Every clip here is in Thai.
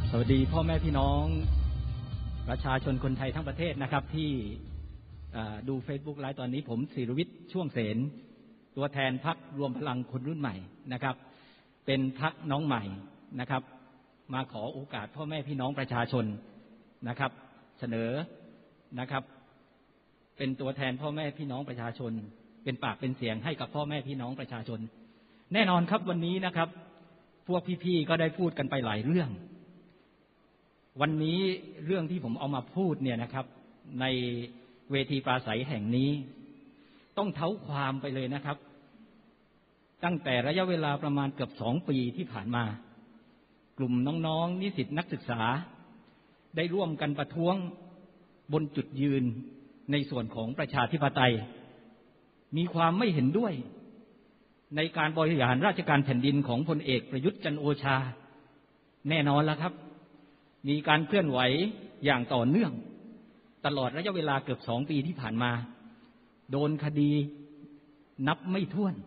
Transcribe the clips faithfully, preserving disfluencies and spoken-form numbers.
สวัสดีพ่อแม่พี่น้องประชาชนคนไทยทั้งประเทศนะครับที่ดู Facebook ไลฟ์ตอนนี้ผมศิรวิทย์ช่วงเสนตัวแทนพรรครวมพลังคนรุ่นใหม่นะครับเป็นพรรคน้องใหม่นะครับมาขอโอกาสพ่อแม่พี่น้องประชาชนนะครับเสนอนะครับเป็นตัวแทนพ่อแม่พี่น้องประชาชนเป็นปากเป็นเสียงให้กับพ่อแม่พี่น้องประชาชนแน่นอนครับวันนี้นะครับพวกพี่ๆก็ได้พูดกันไปหลายเรื่องวันนี้เรื่องที่ผมเอามาพูดเนี่ยนะครับในเวทีปราศัยแห่งนี้ต้องเท้าความไปเลยนะครับตั้งแต่ระยะเวลาประมาณเกือบสองปีที่ผ่านมากลุ่มน้องๆนิสิตนักศึกษาได้ร่วมกันประท้วงบนจุดยืนในส่วนของประชาธิปไตยมีความไม่เห็นด้วยในการบริหารราชการแผ่นดินของพลเอกประยุทธ์จันทร์โอชาแน่นอนแล้วครับมีการเคลื่อนไหวอย่างต่อเนื่องตลอดระยะเวลาเกือบสองปีที่ผ่านมาโดนคดีนับไม่ถ้วน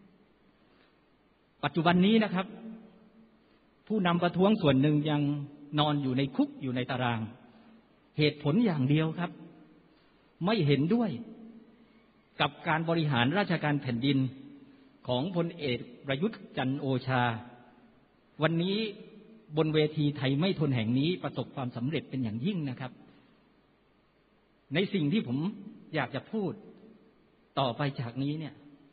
ปัจจุบันนี้นะครับผู้นำประท้วงส่วนหนึ่งยังนอนอยู่ในคุกอยู่ในตารางเหตุผลอย่างเดียวครับไม่เห็นด้วยกับการบริหารราชการแผ่นดินของพลเอกประยุทธ์จันทร์โอชาวันนี้บนเวทีไทยไม่ทนแห่งนี้ประสบความสำเร็จเป็นอย่างยิ่งนะครับในสิ่งที่ผมอยากจะพูดต่อไปจากนี้เนี่ย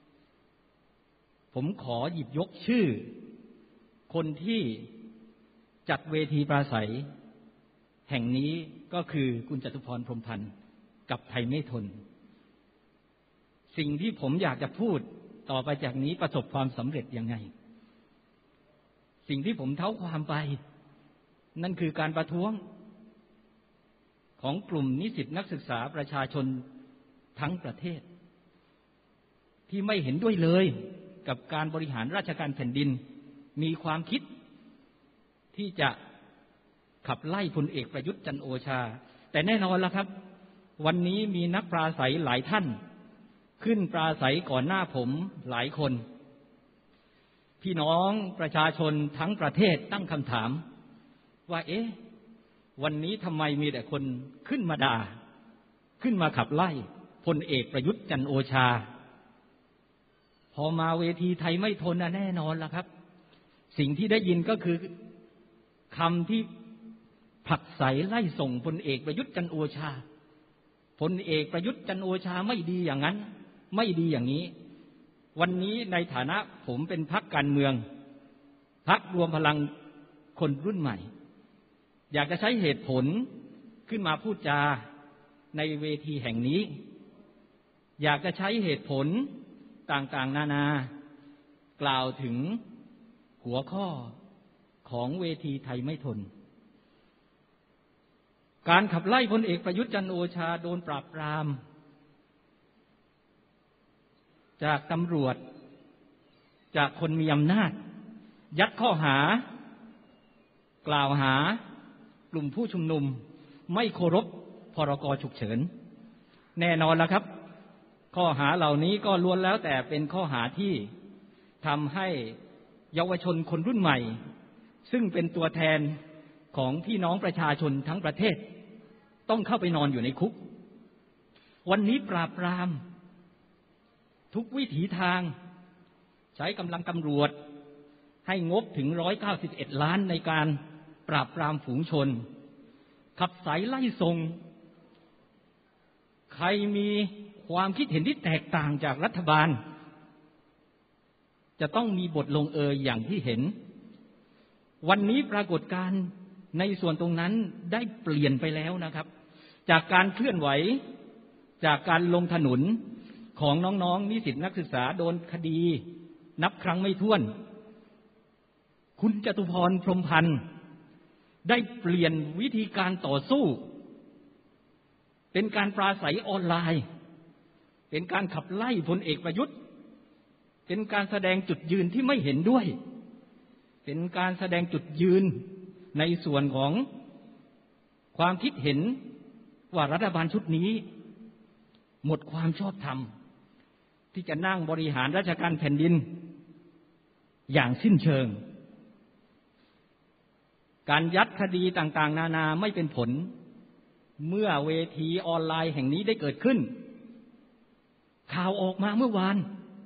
ผมขอหยิบยกชื่อคนที่จัดเวทีปราศัยแห่งนี้ก็คือคุณจตุพรพรหมพันธ์กับไทยไม่ทนสิ่งที่ผมอยากจะพูดต่อไปจากนี้ประสบความสำเร็จยังไงสิ่งที่ผมเท้าความไปนั่นคือการประท้วงของกลุ่มนิสิตนักศึกษาประชาชนทั้งประเทศที่ไม่เห็นด้วยเลยกับการบริหารราชการแผ่นดินมีความคิดที่จะขับไล่พลเอกประยุทธ์จันทร์โอชาแต่แน่นอนแล้วครับวันนี้มีนักปราศัยหลายท่านขึ้นปราศัยก่อนหน้าผมหลายคนพี่น้องประชาชนทั้งประเทศตั้งคำถามว่าเอ๊ะวันนี้ทำไมมีแต่คนขึ้นมาด่าขึ้นมาขับไล่พลเอกประยุทธ์จันทร์โอชาพอมาเวทีไทยไม่ทนนะแน่นอนล่ะครับสิ่งที่ได้ยินก็คือคำที่ผลักไสไล่ส่งพลเอกประยุทธ์จันทร์โอชาพลเอกประยุทธ์จันทร์โอชาไม่ดีอย่างนั้นไม่ดีอย่างนี้วันนี้ในฐานะผมเป็นพรรคการเมืองพรรครวมพลังคนรุ่นใหม่อยากจะใช้เหตุผลขึ้นมาพูดจาในเวทีแห่งนี้อยากจะใช้เหตุผลต่างๆนานากล่าวถึงหัวข้อของเวทีไทยไม่ทนการขับไล่พลเอกประยุทธ์จันทร์โอชาโดนปราบปรามจากตำรวจจากคนมีอำนาจยัดข้อหากล่าวหากลุ่มผู้ชุมนุมไม่เคารพพรกฉุกเฉินแน่นอนแล้วครับข้อหาเหล่านี้ก็ล้วนแล้วแต่เป็นข้อหาที่ทำให้เยาวชนคนรุ่นใหม่ซึ่งเป็นตัวแทนของพี่น้องประชาชนทั้งประเทศต้องเข้าไปนอนอยู่ในคุกวันนี้ปราบปรามทุกวิถีทางใช้กำลังตำรวจให้งบถึงหนึ่งร้อยเก้าสิบเอ็ดล้านในการปราบปรามฝูงชนขับไสไล่ส่งใครมีความคิดเห็นที่แตกต่างจากรัฐบาลจะต้องมีบทลงเอยอย่างที่เห็นวันนี้ปรากฏการณ์ในส่วนตรงนั้นได้เปลี่ยนไปแล้วนะครับจากการเคลื่อนไหวจากการลงถนนของน้องๆนิสิตนักศึกษาโดนคดีนับครั้งไม่ถ้วนคุณจตุพรพรหมพันธ์ได้เปลี่ยนวิธีการต่อสู้เป็นการปราศัยออนไลน์เป็นการขับไล่พลเอกประยุทธ์เป็นการแสดงจุดยืนที่ไม่เห็นด้วยเป็นการแสดงจุดยืนในส่วนของความคิดเห็นว่ารัฐบาลชุดนี้หมดความชอบธรรมที่จะนั่งบริหารราชการแผ่นดินอย่างสิ้นเชิงการยัดคดีต่างๆนานาไม่เป็นผลเมื่อเวทีออนไลน์แห่งนี้ได้เกิดขึ้นข่าวออกมาเมื่อวาน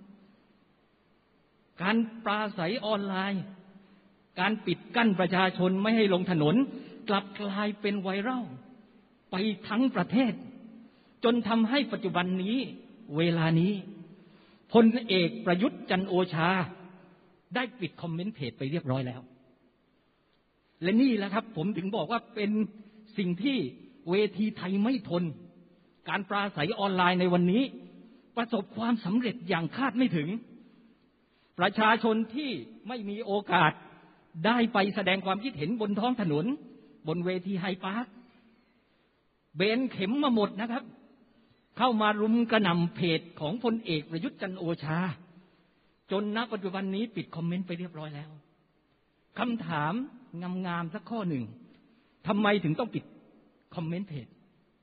การปราศัยออนไลน์การปิดกั้นประชาชนไม่ให้ลงถนนกลับกลายเป็นไวรัลไปทั้งประเทศจนทำให้ปัจจุบันนี้เวลานี้พลเอกประยุทธ์จันทร์โอชาได้ปิดคอมเมนต์เพจไปเรียบร้อยแล้วและนี่แหละครับผมถึงบอกว่าเป็นสิ่งที่เวทีไทยไม่ทนการปราศัยออนไลน์ในวันนี้ประสบความสำเร็จอย่างคาดไม่ถึงประชาชนที่ไม่มีโอกาสได้ไปแสดงความคิดเห็นบนท้องถนนบนเวทีไฮพาร์คเบนเข็มมาหมดนะครับเข้ามารุมกระหน่ำเพจของพลเอกประยุทธ์จันทร์โอชาจนณปัจจุบันนี้ปิดคอมเมนต์ไปเรียบร้อยแล้วคำถามงามๆสักข้อหนึ่งทำไมถึงต้องปิดคอมเมนต์เพจ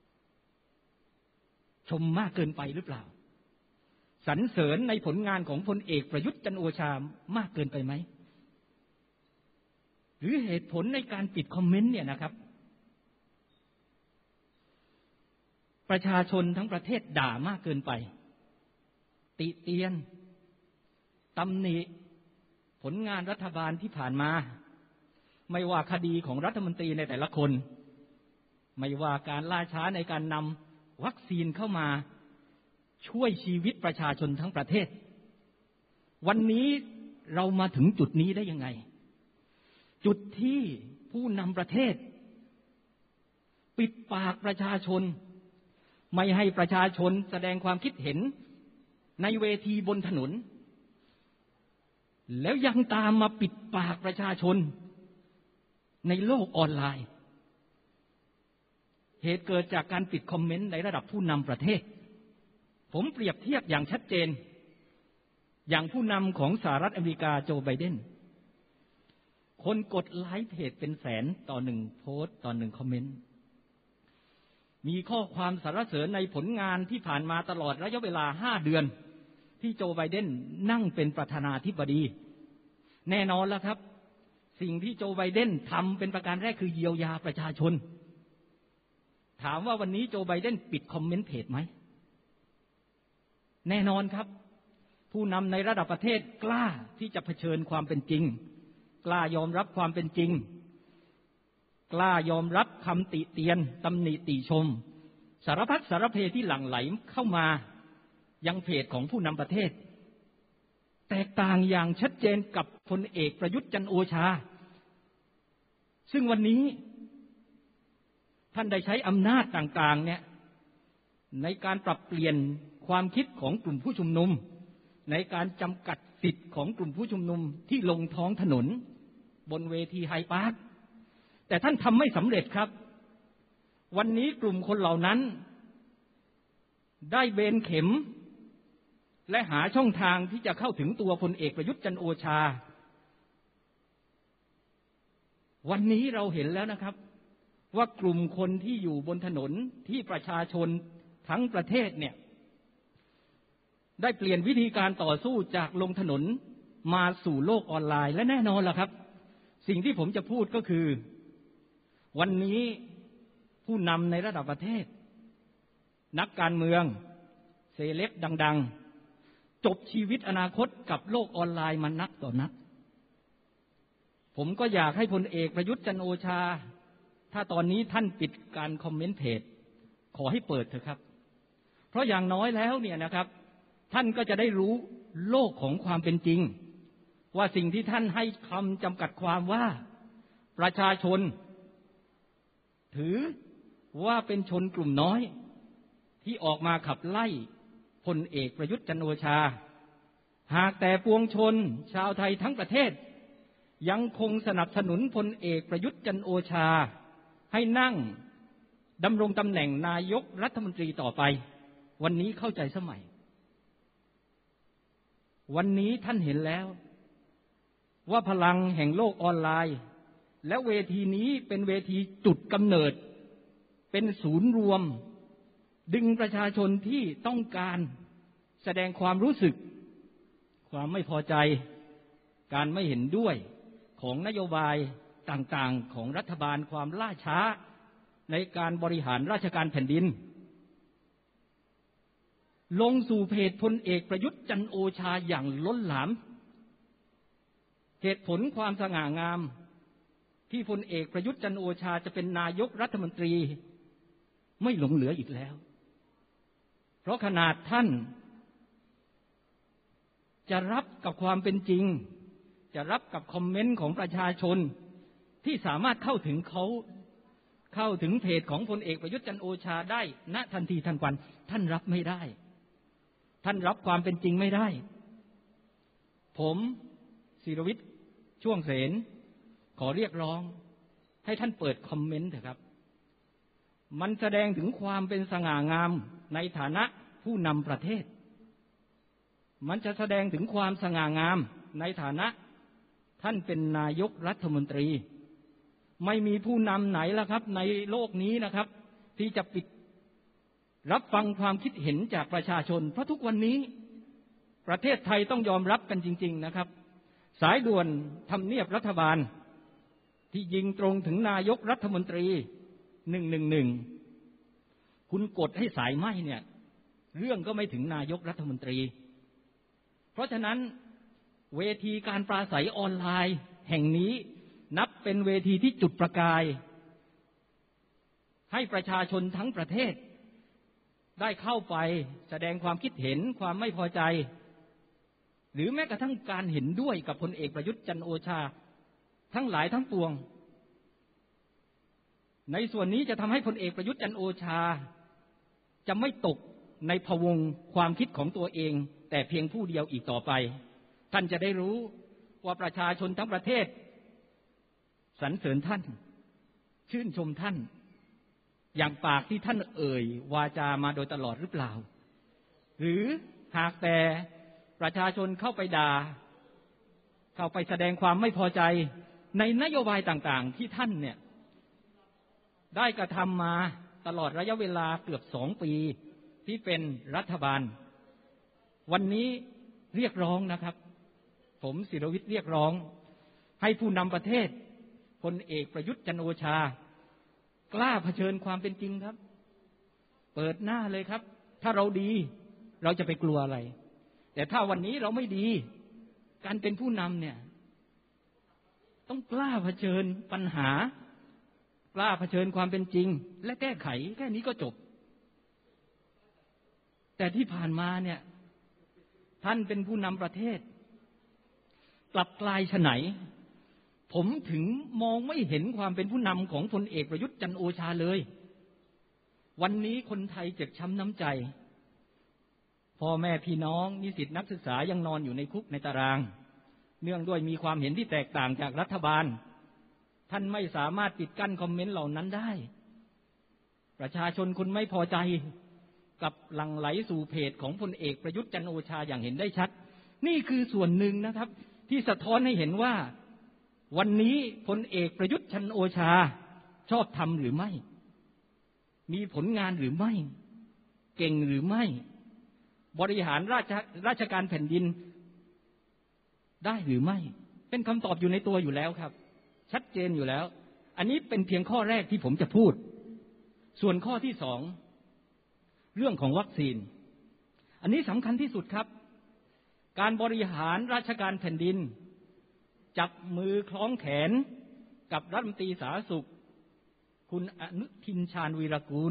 ชมมากเกินไปหรือเปล่าสรรเสริญในผลงานของพลเอกประยุทธ์จันทร์โอชามากเกินไปไหมหรือเหตุผลในการปิดคอมเมนต์เนี่ยนะครับประชาชนทั้งประเทศด่ามากเกินไปติเตียนตำหนิผลงานรัฐบาลที่ผ่านมาไม่ว่าคดีของรัฐมนตรีในแต่ละคนไม่ว่าการล่าช้าในการนำวัคซีนเข้ามาช่วยชีวิตประชาชนทั้งประเทศวันนี้เรามาถึงจุดนี้ได้ยังไงจุดที่ผู้นำประเทศปิดปากประชาชนไม่ให้ประชาชนแสดงความคิดเห็นในเวทีบนถนนแล้วยังตามมาปิดปากประชาชนในโลกออนไลน์เหตุเกิดจากการปิดคอมเมนต์ในระดับผู้นำประเทศผมเปรียบเทียบอย่างชัดเจนอย่างผู้นำของสหรัฐอเมริกาโจไบเดนคนกดไลค์เพจเป็นแสนต่อหนึ่งโพสต์ต่อหนึ่งคอมเมนต์มีข้อความสรรเสริญในผลงานที่ผ่านมาตลอดระยะเวลาห้าเดือนที่โจไบเดนนั่งเป็นประธานาธิบดีแน่นอนแล้วครับสิ่งที่โจไบเดนทำเป็นประการแรกคือเยียวยาประชาชนถามว่าวันนี้โจไบเดนปิดคอมเมนต์เพจไหมแน่นอนครับผู้นำในระดับประเทศกล้าที่จะเผชิญความเป็นจริงกล้ายอมรับความเป็นจริงกล้ายอมรับคำติเตียนตำหนิติชมสารพัดสารเพที่หลั่งไหลเข้ามายังเพจของผู้นำประเทศแตกต่างอย่างชัดเจนกับพลเอกประยุทธ์จันทร์โอชาซึ่งวันนี้ท่านได้ใช้อำนาจต่างๆเนี่ยในการปรับเปลี่ยนความคิดของกลุ่มผู้ชุมนุมในการจำกัดสิทธิ์ของกลุ่มผู้ชุมนุมที่ลงท้องถนนบนเวทีไฮพาร์คแต่ท่านทำไม่สำเร็จครับวันนี้กลุ่มคนเหล่านั้นได้เบนเข็มและหาช่องทางที่จะเข้าถึงตัวพลเอกประยุทธ์จันทร์โอชาวันนี้เราเห็นแล้วนะครับว่ากลุ่มคนที่อยู่บนถนนที่ประชาชนทั้งประเทศเนี่ยได้เปลี่ยนวิธีการต่อสู้จากลงถนนมาสู่โลกออนไลน์และแน่นอนล่ะครับสิ่งที่ผมจะพูดก็คือวันนี้ผู้นำในระดับประเทศนักการเมืองเซเลบดังๆจบชีวิตอนาคตกับโลกออนไลน์มานักต่อนักผมก็อยากให้พลเอกประยุทธ์จันทร์โอชาถ้าตอนนี้ท่านปิดการคอมเมนต์เพจขอให้เปิดเถอะครับเพราะอย่างน้อยแล้วเนี่ยนะครับท่านก็จะได้รู้โลกของความเป็นจริงว่าสิ่งที่ท่านให้คำจำกัดความว่าประชาชนถือว่าเป็นชนกลุ่มน้อยที่ออกมาขับไล่พลเอกประยุทธ์จันทร์โอชาหากแต่ปวงชนชาวไทยทั้งประเทศยังคงสนับสนุนพลเอกประยุทธ์จันทร์โอชาให้นั่งดำรงตำแหน่งนายกรัฐมนตรีต่อไปวันนี้เข้าใจสมัยวันนี้ท่านเห็นแล้วว่าพลังแห่งโลกออนไลน์และเวทีนี้เป็นเวทีจุดกำเนิดเป็นศูนย์รวมดึงประชาชนที่ต้องการแสดงความรู้สึกความไม่พอใจการไม่เห็นด้วยของนโยบายต่างๆของรัฐบาลความล่าช้าในการบริหารราชการแผ่นดินลงสู่เพจพลเอกประยุทธ์จันทร์โอชาอย่างล้นหลามเหตุผลความสง่างามที่พลเอกประยุทธ์จันทร์โอชาจะเป็นนายกรัฐมนตรีไม่หลงเหลืออีกแล้วเพราะขนาดท่านจะรับกับความเป็นจริงจะรับกับคอมเมนต์ของประชาชนที่สามารถเข้าถึงเขาเข้าถึงเพจของพลเอกประยุทธ์จันทร์โอชาได้ณทันทีทันควันท่านรับไม่ได้ท่านรับความเป็นจริงไม่ได้ผมศิรวิทย์ช่วงเสนขอเรียกร้องให้ท่านเปิดคอมเมนต์เถอะครับมันแสดงถึงความเป็นสง่างามในฐานะผู้นำประเทศมันจะแสดงถึงความสง่างามในฐานะท่านเป็นนายกรัฐมนตรีไม่มีผู้นำไหนละครับในโลกนี้นะครับที่จะปิดรับฟังความคิดเห็นจากประชาชนเพราะทุกวันนี้ประเทศไทยต้องยอมรับกันจริงๆนะครับสายด่วนทำเนียบรัฐบาลที่ยิงตรงถึงนายกรัฐมนตรีหนึ่งหนึ่งหนึ่งคุณกดให้สายไหม้เนี่ยเรื่องก็ไม่ถึงนายกรัฐมนตรีเพราะฉะนั้นเวทีการปราศัยออนไลน์แห่งนี้นับเป็นเวทีที่จุดประกายให้ประชาชนทั้งประเทศได้เข้าไปแสดงความคิดเห็นความไม่พอใจหรือแม้กระทั่งการเห็นด้วยกับพลเอกประยุทธ์จันทร์โอชาทั้งหลายทั้งปวงในส่วนนี้จะทำให้พลเอกประยุทธ์จันทร์โอชาจะไม่ตกในพวงความคิดของตัวเองแต่เพียงผู้เดียวอีกต่อไปท่านจะได้รู้ว่าประชาชนทั้งประเทศสรรเสริญท่านชื่นชมท่านอย่างปากที่ท่านเอ่ยวาจามาโดยตลอดหรือเปล่าหรือหากแต่ประชาชนเข้าไปด่าเข้าไปแสดงความไม่พอใจในนโยบายต่างๆที่ท่านเนี่ยได้กระทำมาตลอดระยะเวลาเกือบสองปีที่เป็นรัฐบาลวันนี้เรียกร้องนะครับผมศิรวิทย์เรียกร้องให้ผู้นำประเทศพลเอกประยุทธ์จันทร์โอชากล้าเผชิญความเป็นจริงครับเปิดหน้าเลยครับถ้าเราดีเราจะไปกลัวอะไรแต่ถ้าวันนี้เราไม่ดีการเป็นผู้นำเนี่ยต้องกล้าเผชิญปัญหากล้าเผชิญความเป็นจริงและแก้ไขแค่นี้ก็จบแต่ที่ผ่านมาเนี่ยท่านเป็นผู้นำประเทศกลับกลายไฉนผมถึงมองไม่เห็นความเป็นผู้นำของพลเอกประยุทธ์จันทร์โอชาเลยวันนี้คนไทยเจ็บช้ำน้ำใจพ่อแม่พี่น้องนิสิตนักศึกษายังนอนอยู่ในคุกในตารางเนื่องด้วยมีความเห็นที่แตกต่างจากรัฐบาลท่านไม่สามารถปิดกั้นคอมเมนต์เหล่านั้นได้ประชาชนคนไม่พอใจกับหลั่งไหลสู่เพจของพลเอกประยุทธ์จันทร์โอชาอย่างเห็นได้ชัดนี่คือส่วนหนึ่งนะครับที่สะท้อนให้เห็นว่าวันนี้พลเอกประยุทธ์จันทร์โอชาชอบทำหรือไม่มีผลงานหรือไม่เก่งหรือไม่บริหารราชราชการแผ่นดินได้หรือไม่เป็นคำตอบอยู่ในตัวอยู่แล้วครับชัดเจนอยู่แล้วอันนี้เป็นเพียงข้อแรกที่ผมจะพูดส่วนข้อที่สองเรื่องของวัคซีนอันนี้สำคัญที่สุดครับการบริหารราชการแผ่นดินจับมือคล้องแขนกับรัฐมนตรีสาธารณสุขคุณอนุทินชาญวีรกูล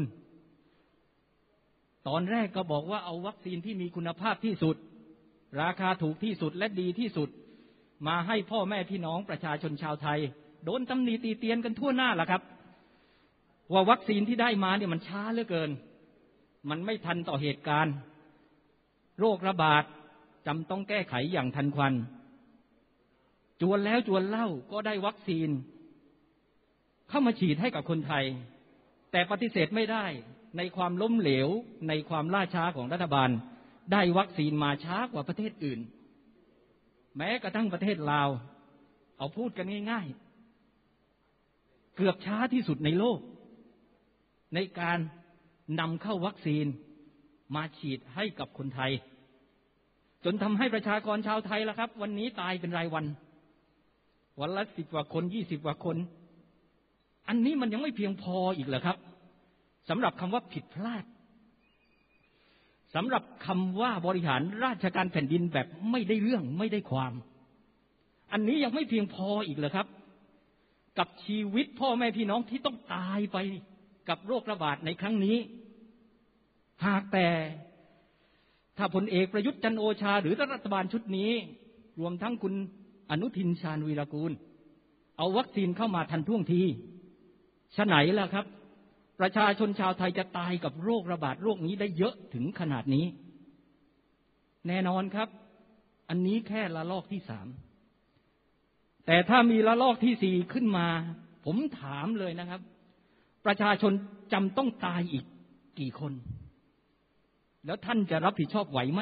ตอนแรกก็บอกว่าเอาวัคซีนที่มีคุณภาพที่สุดราคาถูกที่สุดและดีที่สุดมาให้พ่อแม่พี่น้องประชาชนชาวไทยโดนตำหนิตีเตียนกันทั่วหน้าล่ะครับว่าวัคซีนที่ได้มาเนี่ยมันช้าเหลือเกินมันไม่ทันต่อเหตุการณ์โรคระบาดจำต้องแก้ไขอย่างทันควันจวนแล้วจวนเล่าก็ได้วัคซีนเข้ามาฉีดให้กับคนไทยแต่ปฏิเสธไม่ได้ในความล้มเหลวในความล่าช้าของรัฐบาลได้วัคซีนมาช้ากว่าประเทศอื่นแม้กระทั่งประเทศลาวเอาพูดกันง่ายๆเกือบช้าที่สุดในโลกในการนำเข้าวัคซีนมาฉีดให้กับคนไทยจนทำให้ประชากรชาวไทยล่ะครับวันนี้ตายเป็นรายวันวันละสิบกว่าคนยี่สิบกว่าคนอันนี้มันยังไม่เพียงพออีกเหรอครับสำหรับคำว่าผิดพลาดสำหรับคำว่าบริหารราชการแผ่นดินแบบไม่ได้เรื่องไม่ได้ความอันนี้ยังไม่เพียงพออีกเหรอครับกับชีวิตพ่อแม่พี่น้องที่ต้องตายไปกับโรคระบาดในครั้งนี้หากแต่ถ้าพลเอกประยุทธ์จันทร์โอชาหรือรัฐบาลชุดนี้รวมทั้งคุณอนุทินชาญวีรกูลเอาวัคซีนเข้ามาทันท่วงทีฉะไหนล่ะครับประชาชนชาวไทยจะตายกับโรคระบาดโรคนี้ได้เยอะถึงขนาดนี้แน่นอนครับอันนี้แค่ละลอกที่สามแต่ถ้ามีละลอกที่สี่ขึ้นมาผมถามเลยนะครับประชาชนจำต้องตายอีกกี่คนแล้วท่านจะรับผิดชอบไหวไหม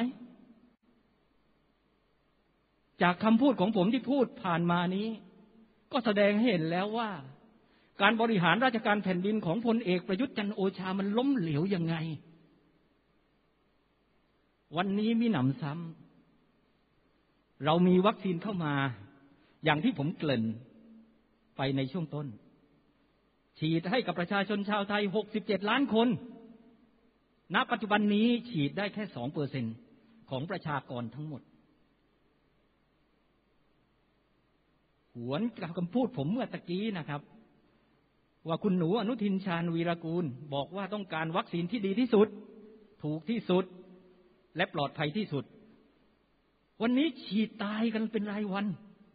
จากคำพูดของผมที่พูดผ่านมานี้ก็แสดงให้เห็นแล้วว่าการบริหารราชการแผ่นดินของพลเอกประยุทธ์จันทร์โอชามันล้มเหลวยังไงวันนี้มิหนำซ้ำเรามีวัคซีนเข้ามาอย่างที่ผมเกริ่นไปในช่วงต้นฉีดให้กับประชาชนชาวไทยหกสิบเจ็ดล้านคนณปัจจุบันนี้ฉีดได้แค่ สองเปอร์เซ็นต์ ของประชากรทั้งหมดหวนกับคำพูดผมเมื่อตะกี้นะครับว่าคุณหนูอนุทินชาญวีรกูลบอกว่าต้องการวัคซีนที่ดีที่สุดถูกที่สุดและปลอดภัยที่สุดวันนี้ฉีดตายกันเป็นรายวัน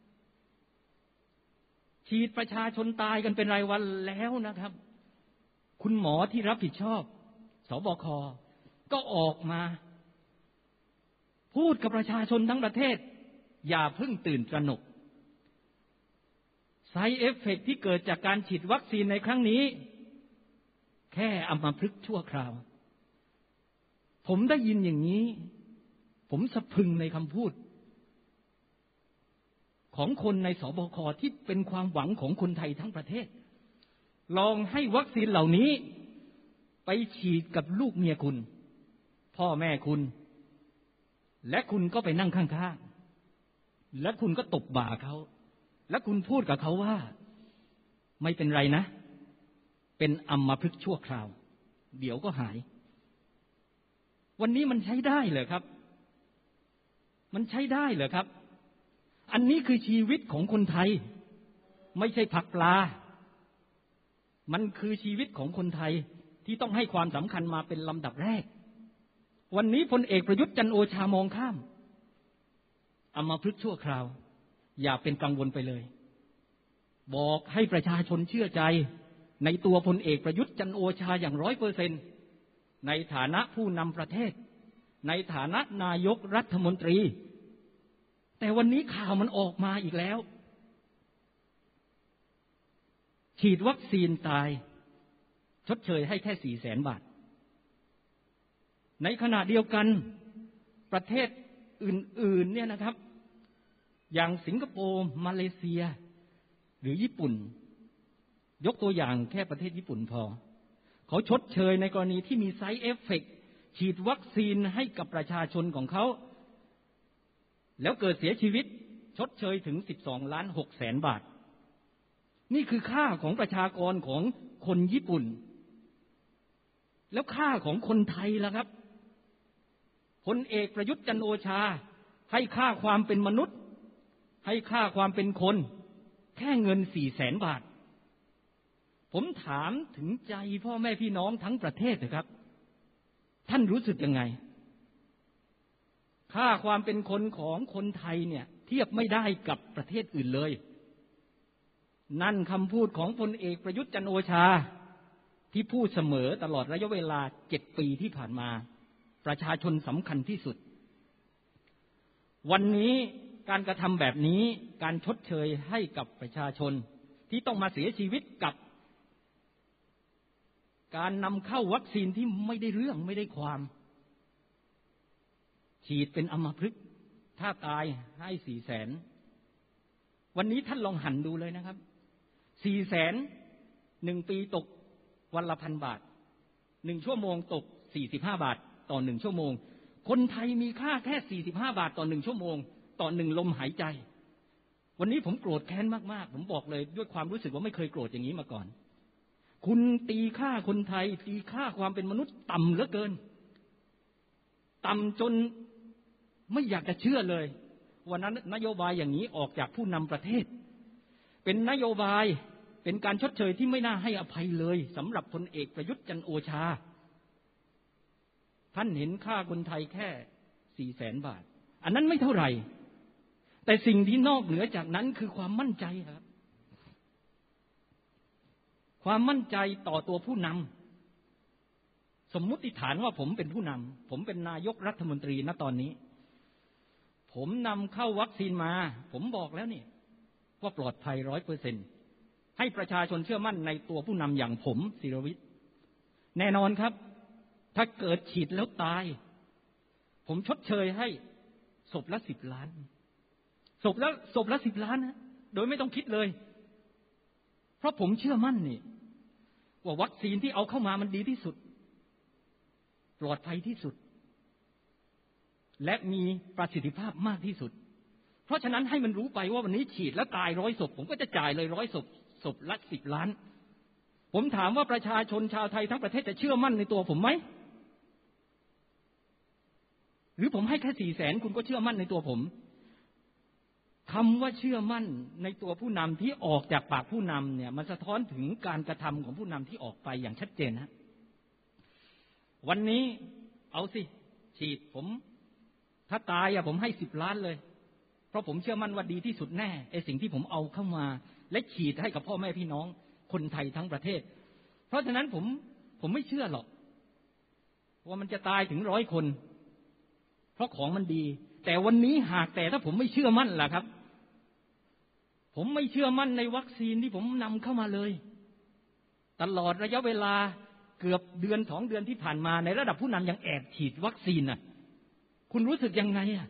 ฉีดประชาชนตายกันเป็นรายวันแล้วนะครับคุณหมอที่รับผิดชอบสบคก็ออกมาพูดกับประชาชนทั้งประเทศอย่าเพิ่งตื่นตระหนกไซด์เอฟเฟกต์ที่เกิดจากการฉีดวัคซีนในครั้งนี้แค่อัมพฤกษ์ชั่วคราวผมได้ยินอย่างนี้ผมสะพรึงในคำพูดของคนในสบคที่เป็นความหวังของคนไทยทั้งประเทศลองให้วัคซีนเหล่านี้ไปฉีดกับลูกเมียคุณพ่อแม่คุณและคุณก็ไปนั่งข้างๆและคุณก็ตบบ่าเขาและคุณพูดกับเขาว่าไม่เป็นไรนะเป็นอัมพฤกษ์ชั่วคราวเดี๋ยวก็หายวันนี้มันใช้ได้เหรอครับมันใช้ได้เหรอครับอันนี้คือชีวิตของคนไทยไม่ใช่ผักปลามันคือชีวิตของคนไทยที่ต้องให้ความสำคัญมาเป็นลำดับแรกวันนี้พลเอกประยุทธ์จันทร์โอชามองข้ามอัมพฤกษ์ชั่วคราวอย่าเป็นกังวลไปเลยบอกให้ประชาชนเชื่อใจในตัวพลเอกประยุทธ์จันทร์โอชาอย่างร้อยเปอร์เซ็นต์ในฐานะผู้นำประเทศในฐานะนายกรัฐมนตรีแต่วันนี้ข่าวมันออกมาอีกแล้วฉีดวัคซีนตายชดเชยให้แค่สี่แสนบาทในขณะเดียวกันประเทศอื่นๆเนี่ยนะครับอย่างสิงคโปร์มาเลเซียหรือญี่ปุ่นยกตัวอย่างแค่ประเทศญี่ปุ่นพอเขาชดเชยในกรณีที่มีไซด์เอฟเฟกต์ฉีดวัคซีนให้กับประชาชนของเขาแล้วเกิดเสียชีวิตชดเชยถึงสิบสองล้านหกแสนบาทนี่คือค่าของประชากรของคนญี่ปุ่นแล้วค่าของคนไทยล่ะครับพลเอกประยุทธ์จันทร์โอชาให้ค่าความเป็นมนุษย์ให้ค่าความเป็นคนแค่เงินสี่แสนบาทผมถามถึงใจพ่อแม่พี่น้องทั้งประเทศนะครับท่านรู้สึกยังไงค่าความเป็นคนของคนไทยเนี่ยเทียบไม่ได้กับประเทศอื่นเลยนั่นคำพูดของพลเอกประยุทธ์จันทร์โอชาที่พูดเสมอตลอดระยะเวลาเจ็ดปีที่ผ่านมาประชาชนสำคัญที่สุดวันนี้การกระทำแบบนี้การชดเชยให้กับประชาชนที่ต้องมาเสียชีวิตกับการนำเข้าวัคซีนที่ไม่ได้เรื่องไม่ได้ความฉีดเป็นอัมพฤกษ์ถ้าตายให้สี่แสนวันนี้ท่านลองหันดูเลยนะครับสี่แสนหนึ่งปีตกวันละพันบาทหนึ่งชั่วโมงตกสี่สิบห้าบาทต่อหนึ่งชั่วโมงคนไทยมีค่าแค่สี่สิบห้าบาทต่อหนึ่งชั่วโมงต่อหนึ่งลมหายใจวันนี้ผมโกรธแค้นมากๆผมบอกเลยด้วยความรู้สึกว่าไม่เคยโกรธอย่างนี้มาก่อนคุณตีค่าคนไทยตีค่าความเป็นมนุษย์ต่ำเหลือเกินต่ำจนไม่อยากจะเชื่อเลยวันนั้นนโยบายอย่างนี้ออกจากผู้นำประเทศเป็นนโยบายเป็นการชดเชยที่ไม่น่าให้อภัยเลยสำหรับพลเอกประยุทธ์จันทร์โอชาท่านเห็นค่าคนไทยแค่สี่แสนบาทอันนั้นไม่เท่าไหร่แต่สิ่งที่นอกเหนือจากนั้นคือความมั่นใจครับความมั่นใจต่อตัวผู้นำสมมุติฐานว่าผมเป็นผู้นำผมเป็นนายกรัฐมนตรีณตอนนี้ผมนำเข้าวัคซีนมาผมบอกแล้วนี่ว่าปลอดภัยร้อยเปอร์เซ็นต์ให้ประชาชนเชื่อมั่นในตัวผู้นำอย่างผมศิรวิทย์แน่นอนครับถ้าเกิดฉีดแล้วตายผมชดเชยให้ศพละสิบล้านศพละศพละสิบล้านนะโดยไม่ต้องคิดเลยเพราะผมเชื่อมั่นนี่ว่าวัคซีนที่เอาเข้ามามันดีที่สุดปลอดภัยที่สุดและมีประสิทธิภาพมากที่สุดเพราะฉะนั้นให้มันรู้ไปว่าวันนี้ฉีดแล้วตายร้อยศพผมก็จะจ่ายเลยร้อยศพศพละสิบล้านผมถามว่าประชาชนชาวไทยทั้งประเทศจะเชื่อมั่นในตัวผมไหมหรือผมให้แค่สี่แสนคุณก็เชื่อมั่นในตัวผมคำว่าเชื่อมั่นในตัวผู้นำที่ออกจากปากผู้นำเนี่ยมันสะท้อนถึงการกระทำของผู้นำที่ออกไปอย่างชัดเจนนะวันนี้เอาสิฉีดผมถ้าตายอะผมให้สิบล้านเลยเพราะผมเชื่อมั่นว่าดีที่สุดแน่ไอ้สิ่งที่ผมเอาเข้ามาและฉีดให้กับพ่อแม่พี่น้องคนไทยทั้งประเทศเพราะฉะนั้นผมผมไม่เชื่อหรอกว่ามันจะตายถึงร้อยคนเพราะของมันดีแต่วันนี้หากแต่ถ้าผมไม่เชื่อมั่นล่ะครับผมไม่เชื่อมั่นในวัคซีนที่ผมนำเข้ามาเลยตลอดระยะเวลาเกือบเดือนสองเดือนที่ผ่านมาในระดับผู้นำยังแอบฉีดวัคซีนน่ะคุณรู้สึกยังไงอ่ะ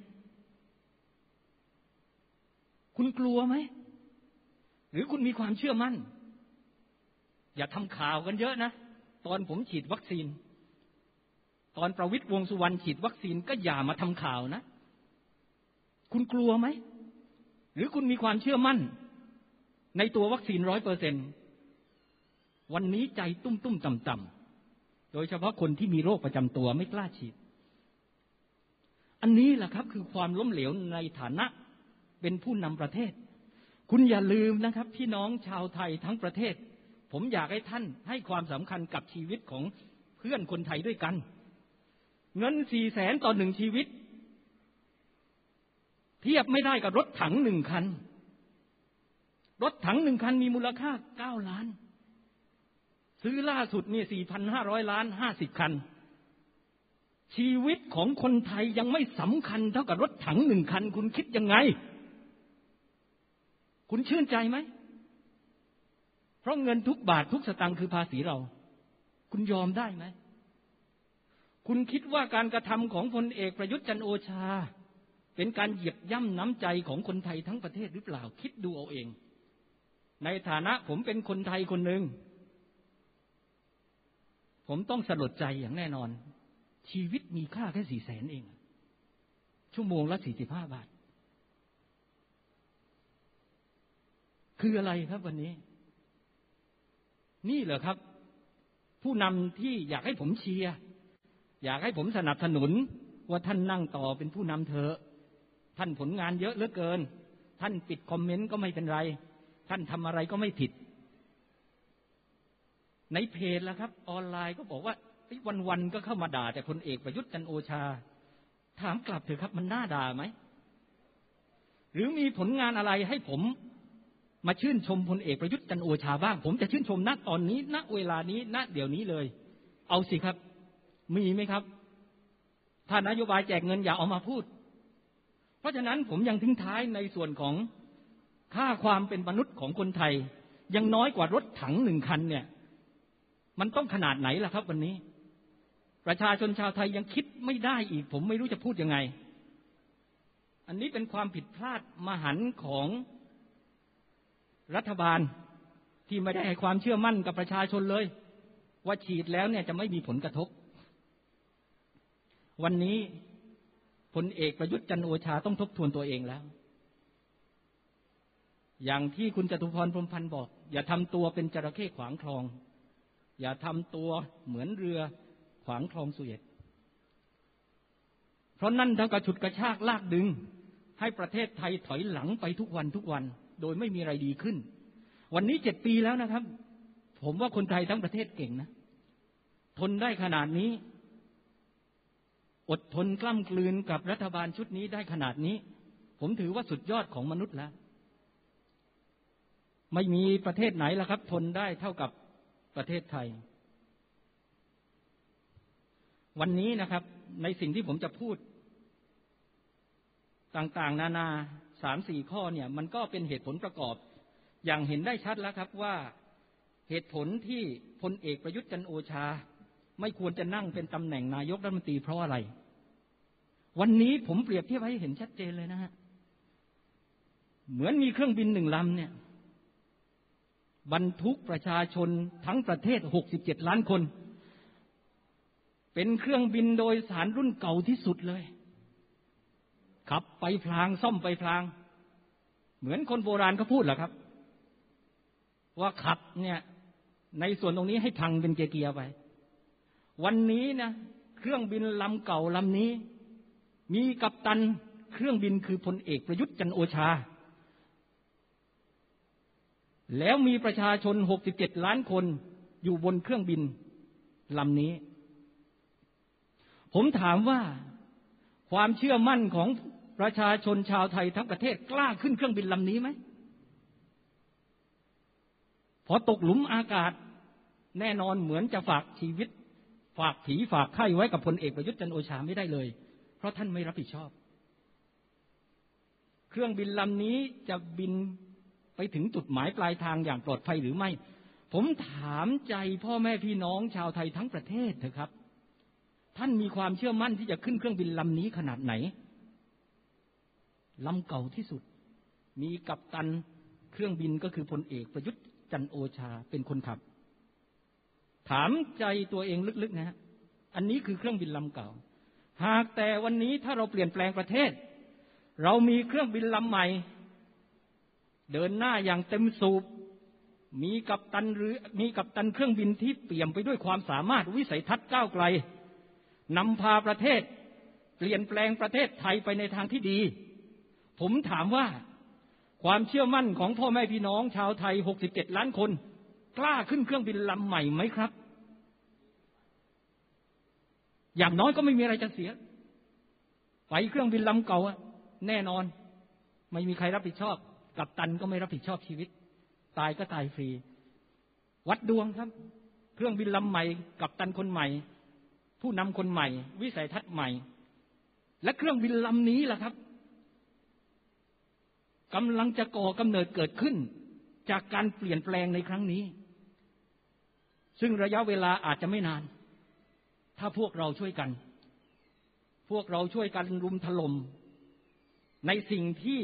คุณกลัวไหมหรือคุณมีความเชื่อมั่นอย่าทำข่าวกันเยอะนะตอนผมฉีดวัคซีนตอนประวิตรวงษ์สุวรรณฉีดวัคซีนก็อย่ามาทำข่าวนะคุณกลัวไหมหรือคุณมีความเชื่อมั่นในตัววัคซีนร้อยเปอร์เซ็นต์วันนี้ใจตุ้มตุ้มต่ำต่ำโดยเฉพาะคนที่มีโรคประจำตัวไม่กล้าฉีดอันนี้แหละครับคือความล้มเหลวในฐานะเป็นผู้นำประเทศคุณอย่าลืมนะครับพี่น้องชาวไทยทั้งประเทศผมอยากให้ท่านให้ความสำคัญกับชีวิตของเพื่อนคนไทยด้วยกันเงินสี่แสนต่อหนึ่งชีวิตเทียบไม่ได้กับรถถังหนึ่งคันรถถังหนึ่งคันมีมูลค่าเก้าล้านซื้อล่าสุดนี่สี่พันห้าร้อยล้านห้าสิบคันชีวิตของคนไทยยังไม่สำคัญเท่ากับรถถังหนึ่งคันคุณคิดยังไงคุณชื่นใจไหมเพราะเงินทุกบาททุกสตางค์คือภาษีเราคุณยอมได้ไหมคุณคิดว่าการกระทำของพลเอกประยุทธ์จันทร์โอชาเป็นการเหยียบย่ำน้ำใจของคนไทยทั้งประเทศหรือเปล่าคิดดูเอาเองในฐานะผมเป็นคนไทยคนหนึ่งผมต้องสลดใจอย่างแน่นอนชีวิตมีค่าแค่สี่แสนเองชั่วโมงละสี่สิบห้าบาทคืออะไรครับวันนี้นี่เหรอครับผู้นำที่อยากให้ผมเชียร์อยากให้ผมสนับสนุนว่าท่านนั่งต่อเป็นผู้นำเถอะท่านผลงานเยอะเหลือเกินท่านปิดคอมเมนต์ก็ไม่เป็นไรท่านทำอะไรก็ไม่ผิดในเพจแล้วครับออนไลน์ก็บอกว่าวันๆก็เข้ามาด่าแต่พลเอกประยุทธ์จันทร์โอชาถามกลับเถอะครับมันน่าด่าไหมหรือมีผลงานอะไรให้ผมมาชื่นชมพลเอกประยุทธ์จันทร์โอชาบ้างผมจะชื่นชมณตอนนี้ณเวลานี้ณเดี๋ยวนี้เลยเอาสิครับมีไหมครับถ้านโยบายแจกเงินอย่าเอามาพูดเพราะฉะนั้นผมยังทิ้งท้ายในส่วนของค่าความเป็นมนุษย์ของคนไทยยังน้อยกว่ารถถังหนึ่งคันเนี่ยมันต้องขนาดไหนล่ะครับวันนี้ประชาชนชาวไทยยังคิดไม่ได้อีกผมไม่รู้จะพูดยังไงอันนี้เป็นความผิดพลาดมหันต์ของรัฐบาลที่ไม่ได้ให้ความเชื่อมั่นกับประชาชนเลยว่าฉีดแล้วเนี่ยจะไม่มีผลกระทบวันนี้พลเอกประยุทธ์จันทร์โอชาต้องทบทวนตัวเองแล้วอย่างที่คุณจตุพรพรหมพันธ์บอกอย่าทำตัวเป็นจระเข้ขวางคลองอย่าทำตัวเหมือนเรือขวางคลองสุเอซเพราะนั่นเท่ากับฉุดกระชากลากดึงให้ประเทศไทยถอยหลังไปทุกวันทุกวันโดยไม่มีอะไรดีขึ้นวันนี้เจ็ดปีแล้วนะครับผมว่าคนไทยทั้งประเทศเก่งนะทนได้ขนาดนี้อดทนกล้ำกลืนกับรัฐบาลชุดนี้ได้ขนาดนี้ผมถือว่าสุดยอดของมนุษย์แล้วไม่มีประเทศไหนล่ะครับทนได้เท่ากับประเทศไทยวันนี้นะครับในสิ่งที่ผมจะพูดต่างๆนานาสามสี่ข้อเนี่ยมันก็เป็นเหตุผลประกอบอย่างเห็นได้ชัดแล้วครับว่าเหตุผลที่พลเอกประยุทธ์จันทร์โอชาไม่ควรจะนั่งเป็นตำแหน่งนายกรัฐมนตรีเพราะอะไรวันนี้ผมเปรียบเทียบให้เห็นชัดเจนเลยนะฮะเหมือนมีเครื่องบินหนึ่งลำเนี่ยบรรทุกประชาชนทั้งประเทศหกสิบเจ็ดล้านคนเป็นเครื่องบินโดยสารรุ่นเก่าที่สุดเลยขับไปพลางซ่อมไปพลางเหมือนคนโบราณเขาพูดเหรอครับว่าขับเนี่ยในส่วนตรงนี้ให้พังเป็นเกียร์ๆไปวันนี้นะเครื่องบินลำเก่าลำนี้มีกัปตันเครื่องบินคือพลเอกประยุทธ์จันทร์โอชาแล้วมีประชาชนหกสิบเจ็ดล้านคนอยู่บนเครื่องบินลำนี้ผมถามว่าความเชื่อมั่นของประชาชนชาวไทยทั้งประเทศกล้าขึ้นเครื่องบินลำนี้ไหมพอตกหลุมอากาศแน่นอนเหมือนจะฝากชีวิตฝากผีฝากไข้ไว้กับพลเอกประยุทธ์จันทร์โอชาไม่ได้เลยเพราะท่านไม่รับผิดชอบเครื่องบินลำนี้จะบินไปถึงจุดหมายปลายทางอย่างปลอดภัยหรือไม่ผมถามใจพ่อแม่พี่น้องชาวไทยทั้งประเทศเถอะครับท่านมีความเชื่อมั่นที่จะขึ้นเครื่องบินลำนี้ขนาดไหนลำเก่าที่สุดมีกัปตันเครื่องบินก็คือพลเอกประยุทธ์จันทร์โอชาเป็นคนขับถามใจตัวเองลึกๆนะฮะอันนี้คือเครื่องบินลำเก่าหากแต่วันนี้ถ้าเราเปลี่ยนแปลงประเทศเรามีเครื่องบินลำใหม่เดินหน้าอย่างเต็มสูบมีกัปตันหรือมีกัปตันเครื่องบินที่เปี่ยมไปด้วยความสามารถวิสัยทัศน์ก้าวไกลนำพาประเทศเปลี่ยนแปลงประเทศไทยไปในทางที่ดีผมถามว่าความเชื่อมั่นของพ่อแม่พี่น้องชาวไทยหกสิบเจ็ดล้านคนกล้าขึ้นเครื่องบินลำใหม่ไหมครับอย่างน้อยก็ไม่มีอะไรจะเสียไปเครื่องบินลำเก่าแน่นอนไม่มีใครรับผิดชอบกัปตันก็ไม่รับผิดชอบชีวิตตายก็ตายฟรีวัดดวงครับเครื่องบินลำใหม่กัปตันคนใหม่ผู้นำคนใหม่วิสัยทัศน์ใหม่และเครื่องบินลำนี้ล่ะครับกำลังจะก่อกำเนิดเกิดขึ้นจากการเปลี่ยนแปลงในครั้งนี้ซึ่งระยะเวลาอาจจะไม่นานถ้าพวกเราช่วยกันพวกเราช่วยกันรุมถล่มในสิ่งที่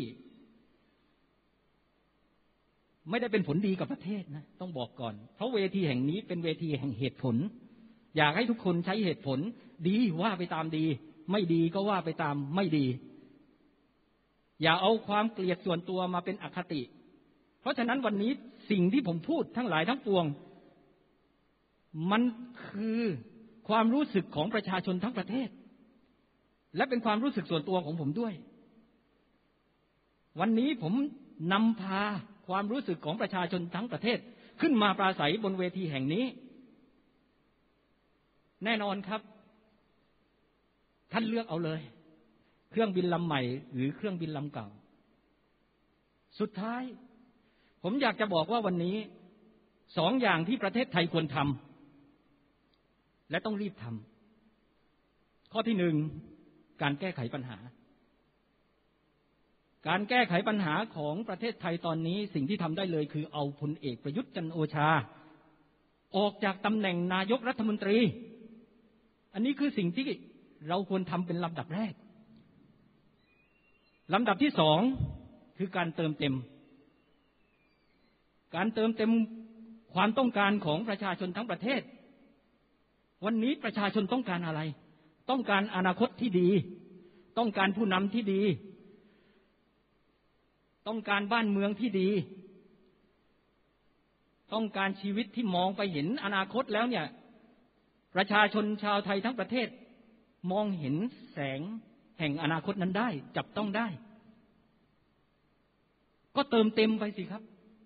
ไม่ได้เป็นผลดีกับประเทศนะต้องบอกก่อนเพราะเวทีแห่งนี้เป็นเวทีแห่งเหตุผลอยากให้ทุกคนใช้เหตุผลดีว่าไปตามดีไม่ดีก็ว่าไปตามไม่ดีอย่าเอาความเกลียดส่วนตัวมาเป็นอคติเพราะฉะนั้นวันนี้สิ่งที่ผมพูดทั้งหลายทั้งปวงมันคือความรู้สึกของประชาชนทั้งประเทศและเป็นความรู้สึกส่วนตัวของผมด้วยวันนี้ผมนำพาความรู้สึกของประชาชนทั้งประเทศขึ้นมาปราศัยบนเวทีแห่งนี้แน่นอนครับท่านเลือกเอาเลยเครื่องบินลำใหม่หรือเครื่องบินลำเก่าสุดท้ายผมอยากจะบอกว่าวันนี้สองอย่างที่ประเทศไทยควรทำและต้องรีบทำข้อที่หนึ่งการแก้ไขปัญหาการแก้ไขปัญหาของประเทศไทยตอนนี้สิ่งที่ทำได้เลยคือเอาพลเอกประยุทธ์จันทร์โอชาออกจากตำแหน่งนายกรัฐมนตรีอันนี้คือสิ่งที่เราควรทำเป็นลำดับแรกลำดับที่สองคือการเติมเต็มการเติมเต็มความต้องการของประชาชนทั้งประเทศวันนี้ประชาชนต้องการอะไรต้องการอนาคตที่ดีต้องการผู้นำที่ดีต้องการบ้านเมืองที่ดีต้องการชีวิตที่มองไปเห็นอนาคตแล้วเนี่ยประชาชนชาวไทยทั้งประเทศมองเห็นแสงแห่งอนาคตนั้นได้จับต้องได้ก็เติมเต็มไปสิครับ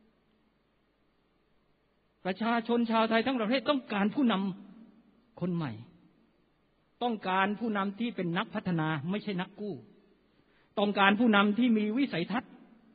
ประชาชนชาวไทยทั้งประเทศต้องการผู้นำคนใหม่ต้องการผู้นำที่เป็นนักพัฒนาไม่ใช่นักกู้ต้องการผู้นำที่มีวิสัยทัศน์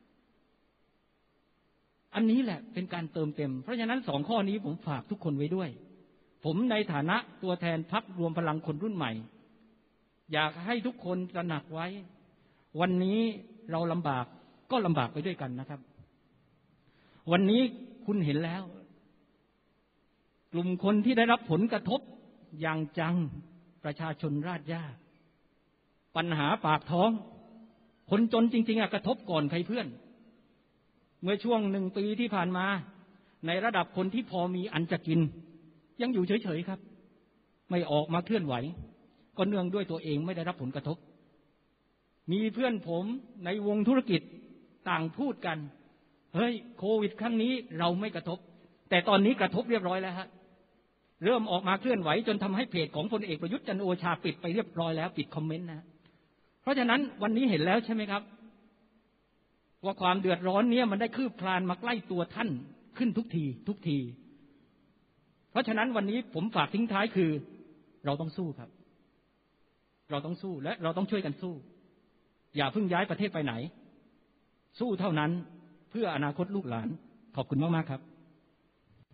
อันนี้แหละเป็นการเติมเต็มเพราะฉะนั้นสองข้อนี้ผมฝากทุกคนไว้ด้วยผมในฐานะตัวแทนพรรครวมพลังคนรุ่นใหม่อยากให้ทุกคนตระหนักไว้วันนี้เราลำบากก็ลำบากไปด้วยกันนะครับวันนี้คุณเห็นแล้วกลุ่มคนที่ได้รับผลกระทบอย่างจังประชาชนราษฎร์ยากปัญหาปากท้องคนจนจริงๆอะกระทบก่อนใครเพื่อนเมื่อช่วงหนึ่งปีที่ผ่านมาในระดับคนที่พอมีอันจะกินยังอยู่เฉยๆครับไม่ออกมาเคลื่อนไหวก็เนื่องด้วยตัวเองไม่ได้รับผลกระทบมีเพื่อนผมในวงธุรกิจต่างพูดกันเฮ้ยโควิดครั้งนี้เราไม่กระทบแต่ตอนนี้กระทบเรียบร้อยแล้วฮะเริ่มออกมาเคลื่อนไหวจนทำให้เพจของพลเอกประยุทธ์จันทร์โอชาปิดไปเรียบร้อยแล้วปิดคอมเมนต์นะเพราะฉะนั้นวันนี้เห็นแล้วใช่ไหมครับว่าความเดือดร้อนนี้มันได้คืบคลานมาใกล้ตัวท่านขึ้นทุกทีทุกทีเพราะฉะนั้นวันนี้ผมฝากทิ้งท้ายคือเราต้องสู้ครับเราต้องสู้และเราต้องช่วยกันสู้อย่าเพิ่งย้ายประเทศไปไหนสู้เท่านั้นเพื่ออนาคตลูกหลานขอบคุณมากๆครับ